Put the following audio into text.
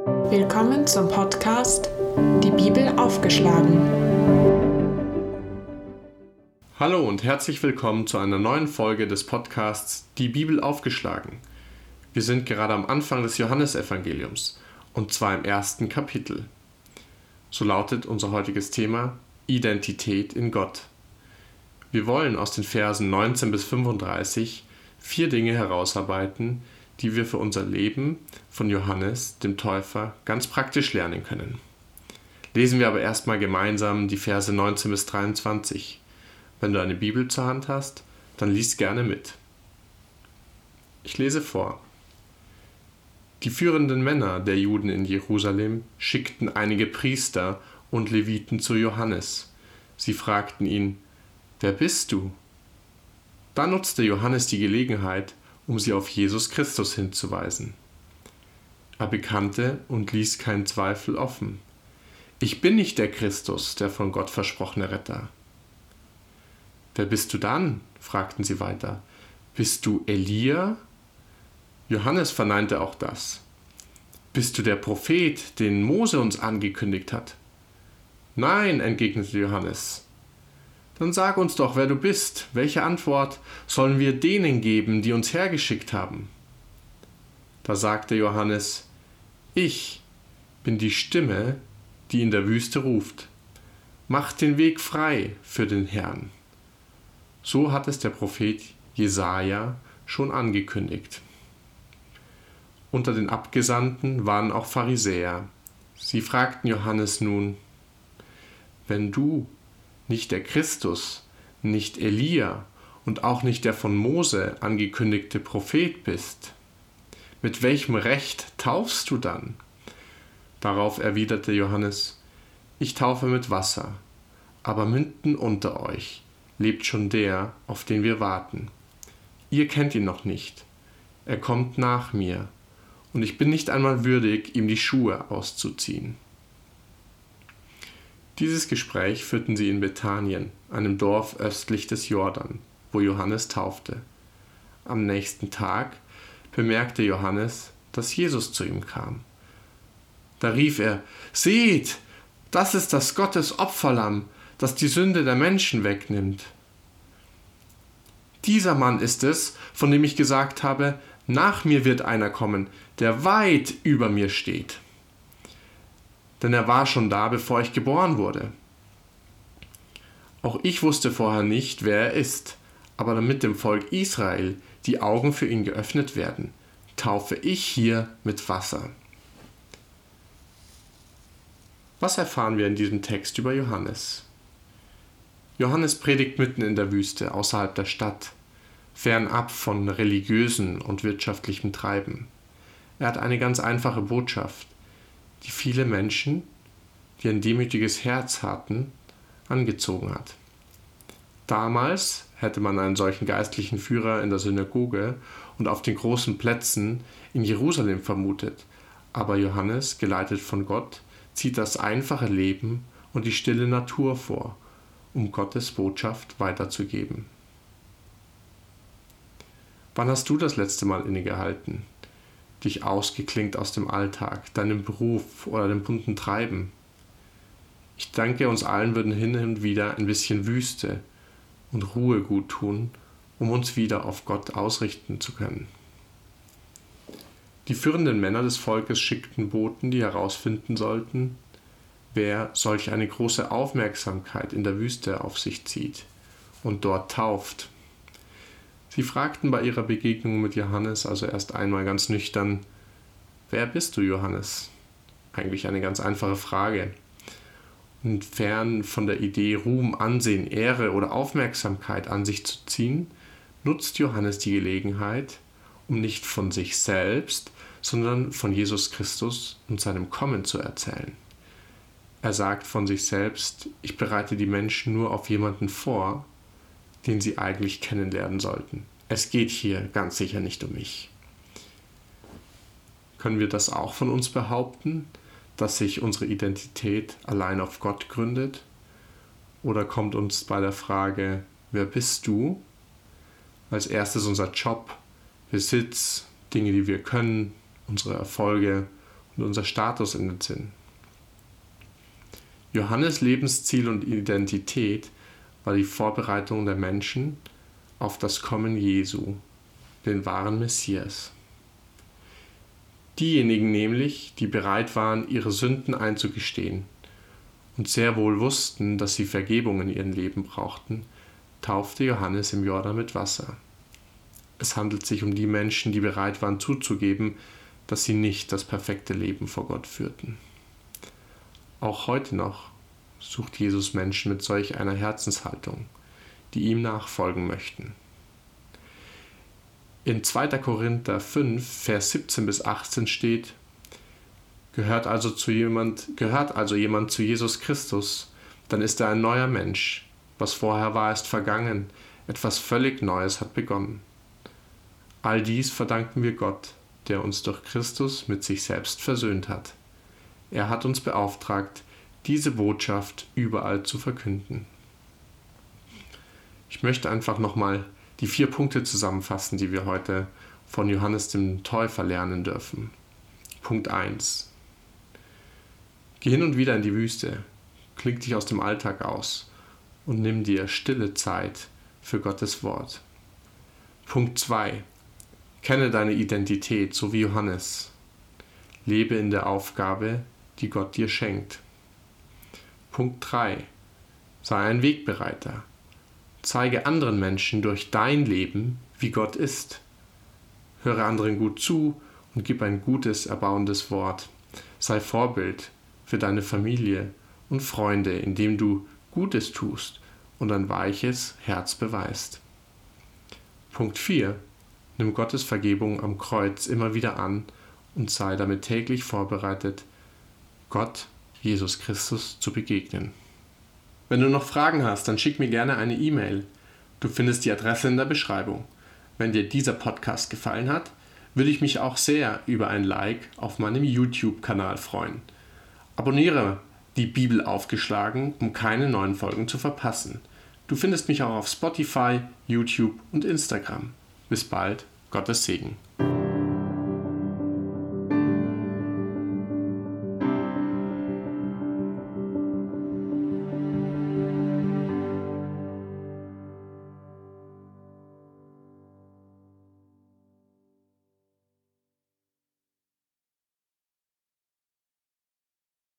Willkommen zum Podcast Die Bibel aufgeschlagen. Hallo und herzlich willkommen zu einer neuen Folge des Podcasts Die Bibel aufgeschlagen. Wir sind gerade am Anfang des Johannesevangeliums und zwar im ersten Kapitel. So lautet unser heutiges Thema Identität in Gott. Wir wollen aus den Versen 19 bis 35 4 Dinge herausarbeiten, die wir für unser Leben von Johannes, dem Täufer, ganz praktisch lernen können. Lesen wir aber erstmal gemeinsam die Verse 19 bis 23. Wenn du eine Bibel zur Hand hast, dann lies gerne mit. Ich lese vor. Die führenden Männer der Juden in Jerusalem schickten einige Priester und Leviten zu Johannes. Sie fragten ihn: Wer bist du? Da nutzte Johannes die Gelegenheit, um sie auf Jesus Christus hinzuweisen. Er bekannte und ließ keinen Zweifel offen. Ich bin nicht der Christus, der von Gott versprochene Retter. Wer bist du dann? Fragten sie weiter. Bist du Elia? Johannes verneinte auch das. Bist du der Prophet, den Mose uns angekündigt hat? Nein, entgegnete Johannes. Dann sag uns doch, wer du bist. Welche Antwort sollen wir denen geben, die uns hergeschickt haben? Da sagte Johannes: Ich bin die Stimme, die in der Wüste ruft. Macht den Weg frei für den Herrn. So hat es der Prophet Jesaja schon angekündigt. Unter den Abgesandten waren auch Pharisäer. Sie fragten Johannes nun: Wenn du nicht der Christus, nicht Elia und auch nicht der von Mose angekündigte Prophet bist, mit welchem Recht taufst du dann? Darauf erwiderte Johannes: Ich taufe mit Wasser, aber mitten unter euch lebt schon der, auf den wir warten. Ihr kennt ihn noch nicht. Er kommt nach mir, und ich bin nicht einmal würdig, ihm die Schuhe auszuziehen. Dieses Gespräch führten sie in Bethanien, einem Dorf östlich des Jordan, wo Johannes taufte. Am nächsten Tag bemerkte Johannes, dass Jesus zu ihm kam. Da rief er: Seht, das ist das Gottesopferlamm, das die Sünde der Menschen wegnimmt. Dieser Mann ist es, von dem ich gesagt habe: Nach mir wird einer kommen, der weit über mir steht. Denn er war schon da, bevor ich geboren wurde. Auch ich wusste vorher nicht, wer er ist, aber damit dem Volk Israel die Augen für ihn geöffnet werden, taufe ich hier mit Wasser. Was erfahren wir in diesem Text über Johannes? Johannes predigt mitten in der Wüste, außerhalb der Stadt, fernab von religiösen und wirtschaftlichem Treiben. Er hat eine ganz einfache Botschaft, die viele Menschen, die ein demütiges Herz hatten, angezogen hat. Damals hätte man einen solchen geistlichen Führer in der Synagoge und auf den großen Plätzen in Jerusalem vermutet, aber Johannes, geleitet von Gott, zieht das einfache Leben und die stille Natur vor, um Gottes Botschaft weiterzugeben. Wann hast du das letzte Mal innegehalten? Dich ausgeklinkt aus dem Alltag, deinem Beruf oder dem bunten Treiben? Ich denke, uns allen würden hin und wieder ein bisschen Wüste und Ruhe gut tun, um uns wieder auf Gott ausrichten zu können. Die führenden Männer des Volkes schickten Boten, die herausfinden sollten, wer solch eine große Aufmerksamkeit in der Wüste auf sich zieht und dort tauft. Sie fragten bei ihrer Begegnung mit Johannes also erst einmal ganz nüchtern: Wer bist du, Johannes? Eigentlich eine ganz einfache Frage. Und fern von der Idee, Ruhm, Ansehen, Ehre oder Aufmerksamkeit an sich zu ziehen, nutzt Johannes die Gelegenheit, um nicht von sich selbst, sondern von Jesus Christus und seinem Kommen zu erzählen. Er sagt von sich selbst: Ich bereite die Menschen nur auf jemanden vor, den sie eigentlich kennenlernen sollten. Es geht hier ganz sicher nicht um mich. Können wir das auch von uns behaupten, dass sich unsere Identität allein auf Gott gründet? Oder kommt uns bei der Frage, wer bist du, als erstes unser Job, Besitz, Dinge, die wir können, unsere Erfolge und unser Status in den Sinn. Johannes' Lebensziel und Identität war die Vorbereitung der Menschen auf das Kommen Jesu, den wahren Messias. Diejenigen nämlich, die bereit waren, ihre Sünden einzugestehen und sehr wohl wussten, dass sie Vergebung in ihrem Leben brauchten, taufte Johannes im Jordan mit Wasser. Es handelt sich um die Menschen, die bereit waren zuzugeben, dass sie nicht das perfekte Leben vor Gott führten. Auch heute noch sucht Jesus Menschen mit solch einer Herzenshaltung, die ihm nachfolgen möchten. In 2. Korinther 5, Vers 17 bis 18 steht: Gehört also jemand zu Jesus Christus, dann ist er ein neuer Mensch. Was vorher war, ist vergangen, etwas völlig Neues hat begonnen. All dies verdanken wir Gott, der uns durch Christus mit sich selbst versöhnt hat. Er hat uns beauftragt, diese Botschaft überall zu verkünden. Ich möchte einfach nochmal die 4 Punkte zusammenfassen, die wir heute von Johannes dem Täufer lernen dürfen. Punkt 1. Geh hin und wieder in die Wüste, kling dich aus dem Alltag aus und nimm dir stille Zeit für Gottes Wort. Punkt 2. Kenne deine Identität, so wie Johannes. Lebe in der Aufgabe, die Gott dir schenkt. Punkt 3. Sei ein Wegbereiter. Zeige anderen Menschen durch dein Leben, wie Gott ist. Höre anderen gut zu und gib ein gutes, erbauendes Wort. Sei Vorbild für deine Familie und Freunde, indem du Gutes tust und ein weiches Herz beweist. Punkt 4. Nimm Gottes Vergebung am Kreuz immer wieder an und sei damit täglich vorbereitet, Gott, Jesus Christus, zu begegnen. Wenn du noch Fragen hast, dann schick mir gerne eine E-Mail. Du findest die Adresse in der Beschreibung. Wenn dir dieser Podcast gefallen hat, würde ich mich auch sehr über ein Like auf meinem YouTube-Kanal freuen. Abonniere die Bibel aufgeschlagen, um keine neuen Folgen zu verpassen. Du findest mich auch auf Spotify, YouTube und Instagram. Bis bald, Gottes Segen.